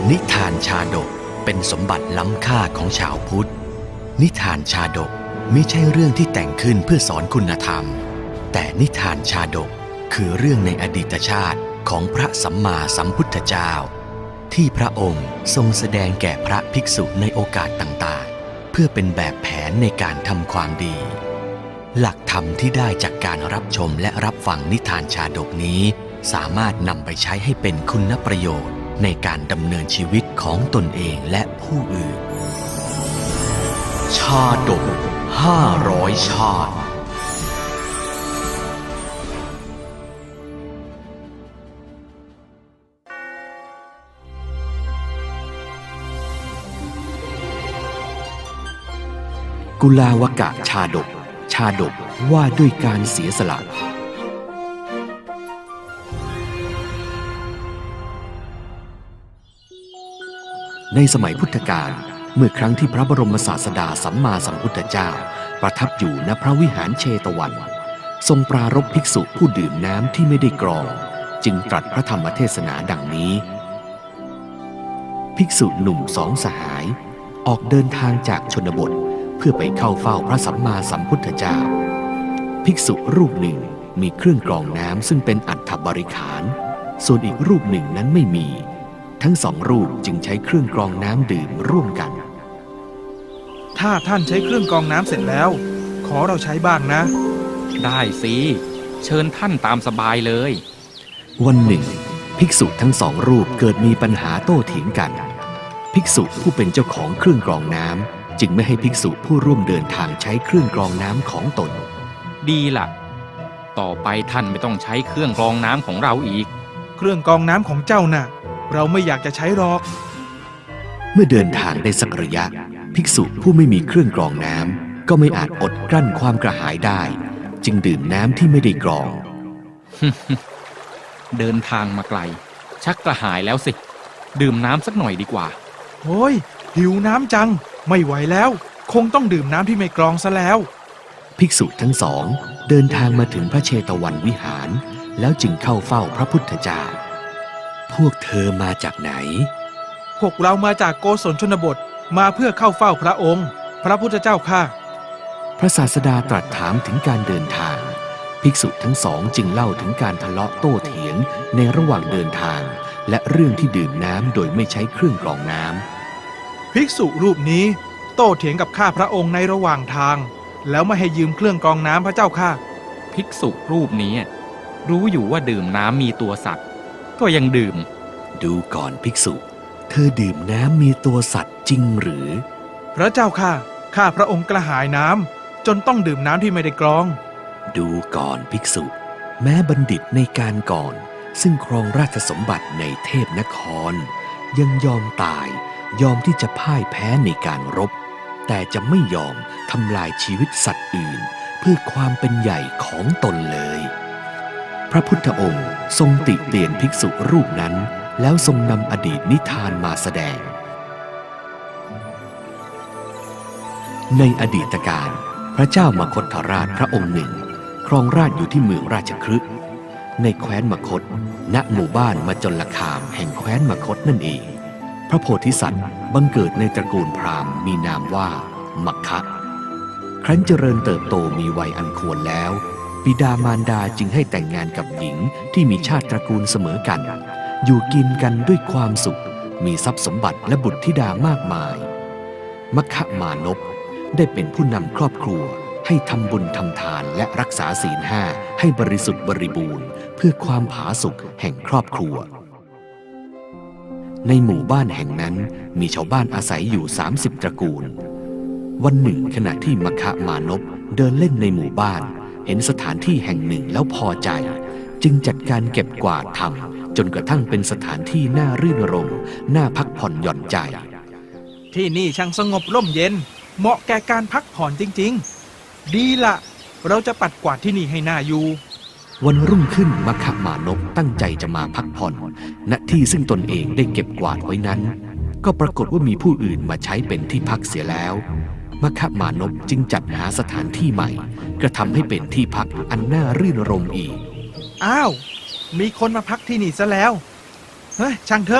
นิทานชาดกเป็นสมบัติล้ำค่าของชาวพุทธนิทานชาดกไม่ใช่เรื่องที่แต่งขึ้นเพื่อสอนคุณธรรมแต่นิทานชาดกคือเรื่องในอดีตชาติของพระสัมมาสัมพุทธเจ้าที่พระองค์ทรงแสดงแก่พระภิกษุในโอกาสต่างๆเพื่อเป็นแบบแผนในการทำความดีหลักธรรมที่ได้จากการรับชมและรับฟังนิทานชาดกนี้สามารถนำไปใช้ให้เป็นคุณประโยชน์ในการดำเนินชีวิตของตนเองและผู้อื่นชาดก500 ชาติกุลาวกะชาดกชาดกว่าด้วยการเสียสละในสมัยพุทธกาลเมื่อครั้งที่พระบรมศาสดาสัมมาสัมพุทธเจ้าประทับอยู่ณพระวิหารเชตวันทรงปรารภภิกษุผู้ดื่มน้ำที่ไม่ได้กรองจึงตรัสพระธรรมเทศนาดังนี้ภิกษุหนุ่มสองสหายออกเดินทางจากชนบทเพื่อไปเข้าเฝ้าพระสัมมาสัมพุทธเจ้าภิกษุรูปหนึ่งมีเครื่องกรองน้ำซึ่งเป็นอัฐบริขารส่วนอีกรูปหนึ่งนั้นไม่มีทั้งสองรูปจึงใช้เครื่องกรองน้ำดื่มร่วมกันถ้าท่านใช้เครื่องกรองน้ำเสร็จแล้วขอเราใช้บ้างนะได้สิเชิญท่านตามสบายเลยวันหนึ่งภิกษุทั้งสองรูปเกิดมีปัญหาโต้เถียงกันภิกษุผู้เป็นเจ้าของเครื่องกรองน้ำจึงไม่ให้ภิกษุผู้ร่วมเดินทางใช้เครื่องกรองน้ำของตนดีล่ะต่อไปท่านไม่ต้องใช้เครื่องกรองน้ำของเราอีกเครื่องกรองน้ำของเจ้าน่ะเราไม่อยากจะใช้หรอกเมื่อเดินทางได้สักระยะภิกษุผู้ไม่มีเครื่องกรองน้ำก็ไม่อาจอดกลั้นความกระหายได้จึงดื่มน้ำที่ไม่ได้กรองเดินทางมาไกลชักกระหายแล้วสิดื่มน้ำสักหน่อยดีกว่าโอ้ยหิวน้ำจังไม่ไหวแล้วคงต้องดื่มน้ำที่ไม่กรองซะแล้วภิกษุทั้งสองเดินทางมาถึงพระเชตวันวิหารแล้วจึงเข้าเฝ้าพระพุทธเจ้าพวกเธอมาจากไหนพวกเรามาจากโกศลชนบทมาเพื่อเข้าเฝ้าพระองค์พระพุทธเจ้าค่ะพระศาสดาตรัสถามถึงการเดินทางภิกษุทั้งสองจึงเล่าถึงการทะเลาะโต้เถียงในระหว่างเดินทางและเรื่องที่ดื่มน้ำโดยไม่ใช้เครื่องกรองน้ำภิกษุรูปนี้โต้เถียงกับข้าพระองค์ในระหว่างทางแล้วไม่ให้ยืมเครื่องกรองน้ำพระเจ้าค่ะภิกษุรูปนี้รู้อยู่ว่าดื่มน้ำมีตัวสัตว์ก็ยังดื่มดูก่อนภิกษุเธอดื่มน้ำมีตัวสัตว์จริงหรือพระเจ้าค่ะข้าพระองค์กระหายน้ำจนต้องดื่มน้ำที่ไม่ได้กรองดูก่อนภิกษุแม้บัณฑิตในการก่อนซึ่งครองราชสมบัติในเทพนครยังยอมตายยอมที่จะพ่ายแพ้ในการรบแต่จะไม่ยอมทำลายชีวิตสัตว์อื่นเพื่อความเป็นใหญ่ของตนเลยพระพุทธองค์ทรงติเตียนภิกษุรูปนั้นแล้วทรงนำอดีตนิทานมาแสดงในอดีตการพระเจ้ามคธราชพระองค์หนึ่งครองราชย์อยู่ที่เมืองราชคฤห์ในแคว้นมคธณหมู่บ้านมจลคามแห่งแคว้นมคธนั่นเองพระโพธิสัตว์บังเกิดในตระกูลพราหมณ์มีนามว่ามัคคะครั้นเจริญเติบโตมีวัยอันควรแล้วบิดามารดาจึงให้แต่งงานกับหญิงที่มีชาติตระกูลเสมอกันอยู่กินกันด้วยความสุขมีทรัพย์สมบัติและบุตรธิดามากมายมัคคะมานพได้เป็นผู้นำครอบครัวให้ทำบุญทำทานและรักษาศีล5ให้บริสุทธิ์บริบูรณ์เพื่อความผาสุกแห่งครอบครัวในหมู่บ้านแห่งนั้นมีชาวบ้านอาศัยอยู่30 ตระกูลวันหนึ่งขณะที่มัคคะมานพเดินเล่นในหมู่บ้านเห็นสถานที่แห่งหนึ่งแล้วพอใจจึงจัดการเก็บกวาดทำจนกระทั่งเป็นสถานที่น่ารื่นรมย์น่าพักผ่อนหย่อนใจที่นี่ช่างสงบร่มเย็นเหมาะแก่การพักผ่อนจริงๆดีละเราจะปัดกวาดที่นี่ให้น่าอยู่วันรุ่งขึ้นมัคคะมานพตั้งใจจะมาพักผ่อนณที่ซึ่งตนเองได้เก็บกวาดไว้นั้นก็ปรากฏว่ามีผู้อื่นมาใช้เป็นที่พักเสียแล้วมัคคะมานพจึงจัดหาสถานที่ใหม่กระทำให้เป็นที่พักอันน่ารื่นรมย์อีกอ้าวมีคนมาพักที่นี่ซะแล้วเฮ้ยช่างเถอะ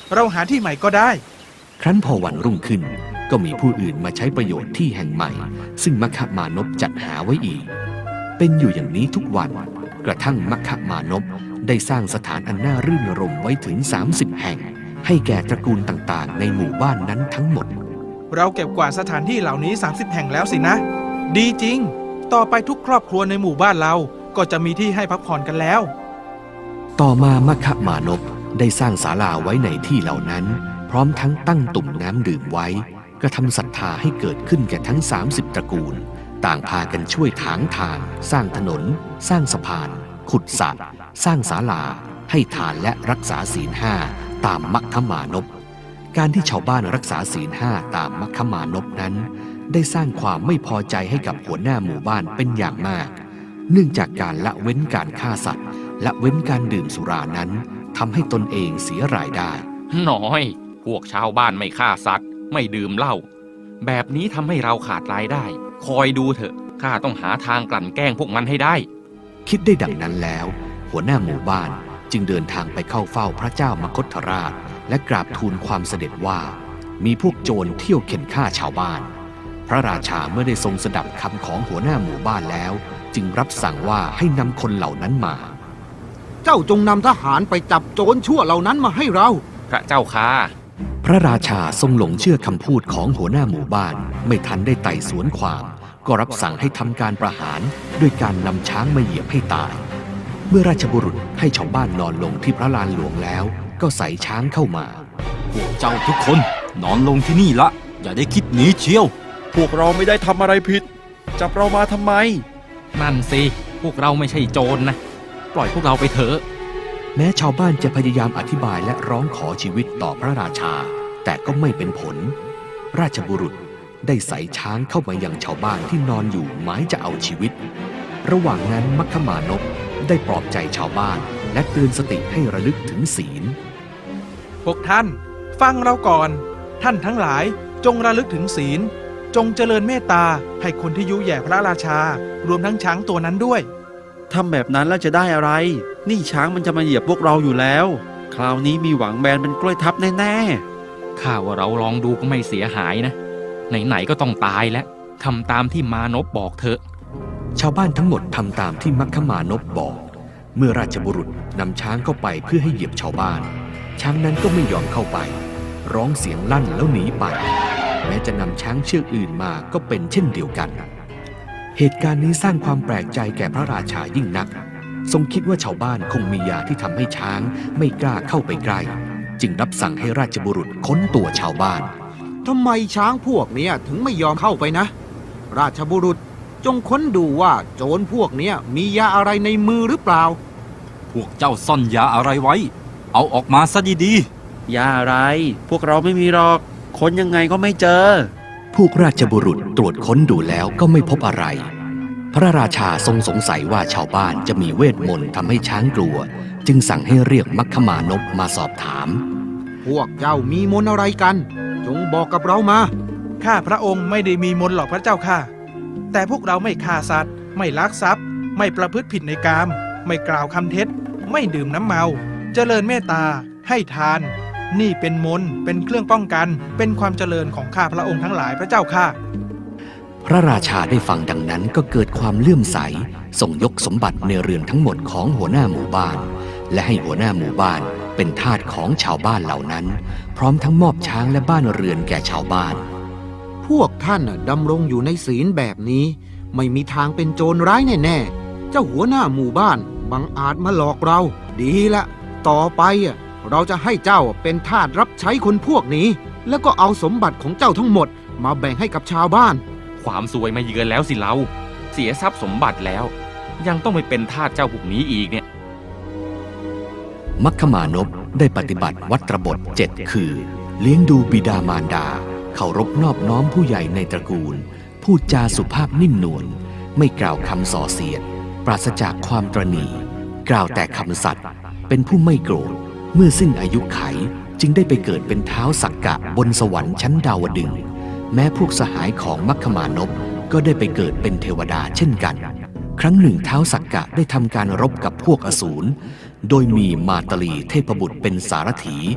เราหาที่ใหม่ก็ได้ครั้นพอวันรุ่งขึ้นก็มีผู้อื่นมาใช้ประโยชน์ที่แห่งใหม่ซึ่งมัคคมานพจัดหาไว้อีกเป็นอยู่อย่างนี้ทุกวันกระทั่งมัคคมานพได้สร้างสถานอันน่ารื่นรมย์ไว้ถึง30 แห่งให้แก่ตระกูลต่างๆในหมู่บ้านนั้นทั้งหมดเราเก็บกวาดสถานที่เหล่านี้30 แห่งแล้วสินะดีจริงต่อไปทุกครอบครัวในหมู่บ้านเราก็จะมีที่ให้พักผ่อนกันแล้วต่อมามัคคมานพได้สร้างศาลาไว้ในที่เหล่านั้นพร้อมทั้งตั้งตุ่มน้ำดื่มไว้กระทำศรัทธาให้เกิดขึ้นแก่ทั้ง30 ตระกูลต่างพากันช่วยถางทางสร้างถนนสร้างสะพานขุดสระสร้างศาลาให้ทานและรักษาศีล5ตามมัคคมานพการที่ชาวบ้านรักษาศีล5ตามมัคคมานพนั้นได้สร้างความไม่พอใจให้กับหัวหน้าหมู่บ้านเป็นอย่างมากเนื่องจากการละเว้นการฆ่าสัตว์ละเว้นการดื่มสุรานั้นทำให้ตนเองเสียรายได้น้อยพวกชาวบ้านไม่ฆ่าสัตว์ไม่ดื่มเหล้าแบบนี้ทำให้เราขาดรายได้คอยดูเถอะข้าต้องหาทางกลั่นแกล้งพวกมันให้ได้คิดได้ดังนั้นแล้วหัวหน้าหมู่บ้านจึงเดินทางไปเข้าเฝ้าพระเจ้ามคธราชและกราบทูลความเสด็จว่ามีพวกโจรเที่ยวเข็นฆ่าชาวบ้านพระราชาเมื่อได้ทรงสดับคำของหัวหน้าหมู่บ้านแล้วจึงรับสั่งว่าให้นำคนเหล่านั้นมาเจ้าจงนำทหารไปจับโจรชั่วเหล่านั้นมาให้เราพระเจ้าค่ะพระราชาทรงหลงเชื่อคำพูดของหัวหน้าหมู่บ้านไม่ทันได้ไต่สวนความก็รับสั่งให้ทำการประหารด้วยการนำช้างมาเหยียบให้ตายเมื่อราชบุรุษให้ชาวบ้านนอนลงที่พระลานหลวงแล้วก็ใส่ช้างเข้ามาพวกเจ้าทุกคนนอนลงที่นี่ละอย่าได้คิดหนีเชียวพวกเราไม่ได้ทำอะไรผิดจับเรามาทำไมนั่นสิพวกเราไม่ใช่โจรนะปล่อยพวกเราไปเถอะแม้ชาวบ้านจะพยายามอธิบายและร้องขอชีวิตต่อพระราชาแต่ก็ไม่เป็นผลราชบุรุษได้ใส่ช้างเข้ามายังชาวบ้านที่นอนอยู่หมายจะเอาชีวิตระหว่างนั้นมัคคมานพได้ปลอบใจชาวบ้านและเตือนสติให้ระลึกถึงศีลพวกท่านฟังเราก่อนท่านทั้งหลายจงระลึกถึงศีลจงเจริญเมตตาให้คนที่ยุแย่พระราชารวมทั้งช้างตัวนั้นด้วยทำแบบนั้นแล้วจะได้อะไรนี่ช้างมันจะมาเหยียบพวกเราอยู่แล้วคราวนี้มีหวังแบนเป็นกล้วยทับแน่ๆข้าว่าเราลองดูก็ไม่เสียหายนะไหนๆก็ต้องตายแล้วทำตามที่มานพบอกเถอะชาวบ้านทั้งหมดทำตามที่มัคคมานพบอกเมื่อราชบุรุษนำช้างเข้าไปเพื่อให้เหยียบชาวบ้านช้างนั้นก็ไม่ยอมเข้าไปร้องเสียงลั่นแล้วหนีไปแม้จะนำช้างเชือกอื่นมาก็เป็นเช่นเดียวกันเหตุการณ์นี้สร้างความแปลกใจแก่พระราชายิ่งนักทรงคิดว่าชาวบ้านคงมียาที่ทำให้ช้างไม่กล้าเข้าไปใกล้จึงรับสั่งให้ราชบุรุษค้นตัวชาวบ้านทำไมช้างพวกนี้ถึงไม่ยอมเข้าไปนะราชบุรุษจงค้นดูว่าโจรพวกนี้มียาอะไรในมือหรือเปล่าพวกเจ้าซ่อนยาอะไรไว้เอาออกมาซะดีๆยาอะไรพวกเราไม่มีหรอกค้นยังไงก็ไม่เจอพวกราชบุรุษตรวจค้นดูแล้วก็ไม่พบอะไรพระราชาทรงสงสัยว่าชาวบ้านจะมีเวทมนต์ทำให้ช้างกลัวจึงสั่งให้เรียกมัคคมานพมาสอบถามพวกเจ้ามีมนต์อะไรกันจงบอกกับเรามาข้าพระองค์ไม่ได้มีมนต์หรอกพระเจ้าค่ะแต่พวกเราไม่ฆ่าสัตว์ไม่ลักทรัพย์ไม่ประพฤติผิดในกามไม่กล่าวคำเท็จไม่ดื่มน้ำเมาเจริญเมตตาให้ทานนี่เป็นมนต์เป็นเครื่องป้องกันเป็นความเจริญของข้าพระองค์ทั้งหลายพระเจ้าค่ะพระราชาได้ฟังดังนั้นก็เกิดความเลื่อมใสส่งยกสมบัติในเรือนทั้งหมดของหัวหน้าหมู่บ้านและให้หัวหน้าหมู่บ้านเป็นทาสของชาวบ้านเหล่านั้นพร้อมทั้งมอบช้างและบ้านเรือนแก่ชาวบ้านพวกท่านดำรงอยู่ในศีลแบบนี้ไม่มีทางเป็นโจรร้ายแน่ๆเจ้าหัวหน้าหมู่บ้านบังอาจมาหลอกเราดีละต่อไปเราจะให้เจ้าเป็นทาสรับใช้คนพวกนี้แล้วก็เอาสมบัติของเจ้าทั้งหมดมาแบ่งให้กับชาวบ้านความซวยมาเยือนแล้วสิเราเสียทรัพย์สมบัติแล้วยังต้องไปเป็นทาสเจ้าพวกนี้อีกเนี่ยมัคคมานพได้ปฏิบัติวัตรบท7คือเลี้ยงดูบิดามารดาเคารพนอบน้อมผู้ใหญ่ในตระกูลพูดจาสุภาพนิ่มนวลไม่กล่าวคำส่อเสียดปราศจากความตระหนี่กล่าวแต่คำสัตย์เป็นผู้ไม่โกรธเมื่อสิ้นอายุไขจึงได้ไปเกิดเป็นท้าวสักกะบนสวรรค์ชั้นดาวดึงส์แม้พวกสหายของมัคคมานพก็ได้ไปเกิดเป็นเทวดาเช่นกันครั้งหนึ่งท้าวสักกะได้ทำการรบกับพวกอสูรโดยมีมาตลีเทพบุตรเป็นสารถีแ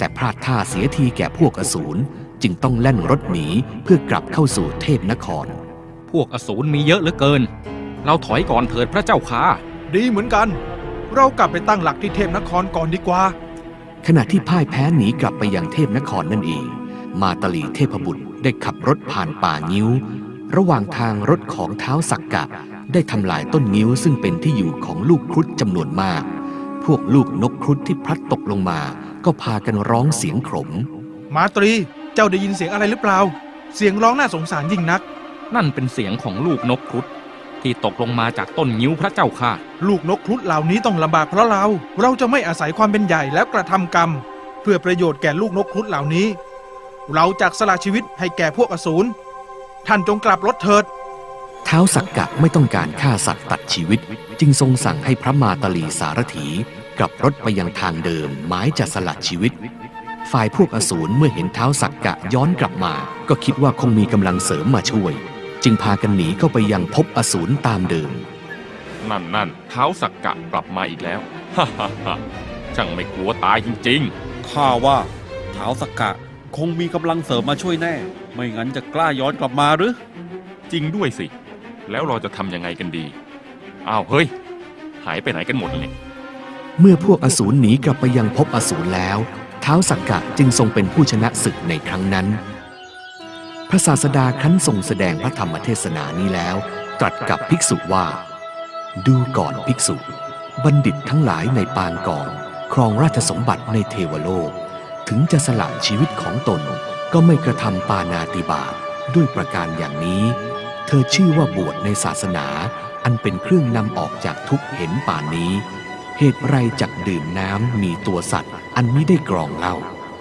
แต่พลาดท่าเสียทีแก่พวกอสูรจึงต้องแล่นรถหนีเพื่อกลับเข้าสู่เทพนครพวกอสูรมีเยอะเหลือเกิน เราถอยก่อนเถิดพระเจ้าค่ะดีเหมือนกัน เรากลับไปตั้งหลักที่เทพนครก่อนดีกว่าขณะที่พ่ายแพ้หนีกลับไปยังเทพนครนั่นเอง มาตลีเทพบุตรได้ขับรถผ่านป่างิ้ว ระหว่างทางรถของท้าวสักกะได้ทำลายต้นงิ้วซึ่งเป็นที่อยู่ของลูกครุฑจำนวนมาก พวกลูกนกครุฑที่พลัดตกลงมาก็พากันร้องเสียงขมมาตรีเจ้าได้ยินเสียงอะไรหรือเปล่า เสียงร้องน่าสงสารยิ่งนักนั่นเป็นเสียงของลูกนกครุฑที่ตกลงมาจากต้นงิ้วพระเจ้าค่ะลูกนกครุฑเหล่านี้ต้องลำบากเพราะเราจะไม่อาศัยความเป็นใหญ่แล้วกระทำกรรม เพื่อประโยชน์แก่ลูกนกครุฑเหล่านี้ เราจักสละชีวิตให้แก่พวกอสูรท่านจงกลับรถเถิดท้าวสักกะไม่ต้องการฆ่าสัตว์ตัดชีวิตจึงทรงสั่งให้พระมาตลีสารถีกลับรถไปยังทางเดิมหมายจะสละชีวิต ฝ่ายพวกอสูรเมื่อเห็นท้าวสักกะย้อนกลับมาก็คิดว่าคงมีกำลังเสริมมาช่วย จึงพากันหนีเข้าไปยังภพอสูรตามเดิมนั่นท้าวสักกะกลับมาอีกแล้ว ฮ่าฮ่าฮ่าช่างไม่กลัวตายจริงข้าว่าท้าวสักกะคงมีกำลังเสริมมาช่วยแน่ ไม่งั้นจะกล้าย้อนกลับมาหรือๆ จริงด้วยสิ แล้วเราจะทำยังไงกันดี อ้าวเฮ้ย หายไปไหนกันหมดเลยเมื่อพวกอสูรหนีกลับไปยังภพอสูรแล้วท้าวสักกะจึงทรงเป็นผู้ชนะศึกในครั้งนั้น พระศาสดาครั้นทรงแสดงพระธรรมเทศนานี้แล้วตรัสกับภิกษุว่า ดูก่อนภิกษุ บัณฑิตทั้งหลายในปางก่อนครองราชสมบัติในเทวโลก ถึงจะสละชีวิตของตนก็ไม่กระทำปาณาติบาตด้วยประการอย่างนี้ เธอชื่อว่าบวชในศาสนาอันเป็นเครื่องนำออกจากทุกข์เห็นป่านนี้ เหตุไรจักดื่มน้ำมีตัวสัตว์อันมิได้กรองเล่า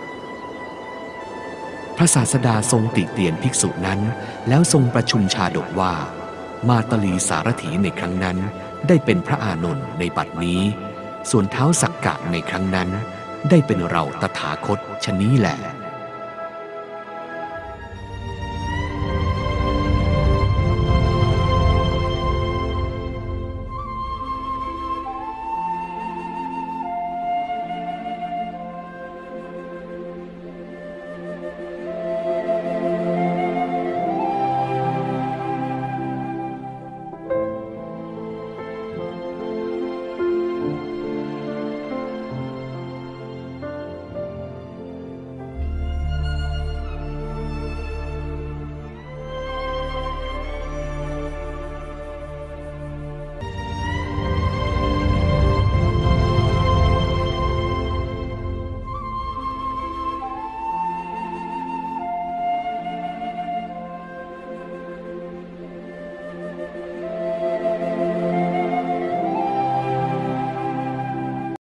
พระศาสดาทรงติเตียนภิกษุนั้นแล้วทรงประชุมชาดกว่า มาตลีสารถีในครั้งนั้นได้เป็นพระอานนท์ในบัดนี้ ส่วนท้าวสักกะในครั้งนั้นได้เป็นเราตถาคตชะนี้แหละ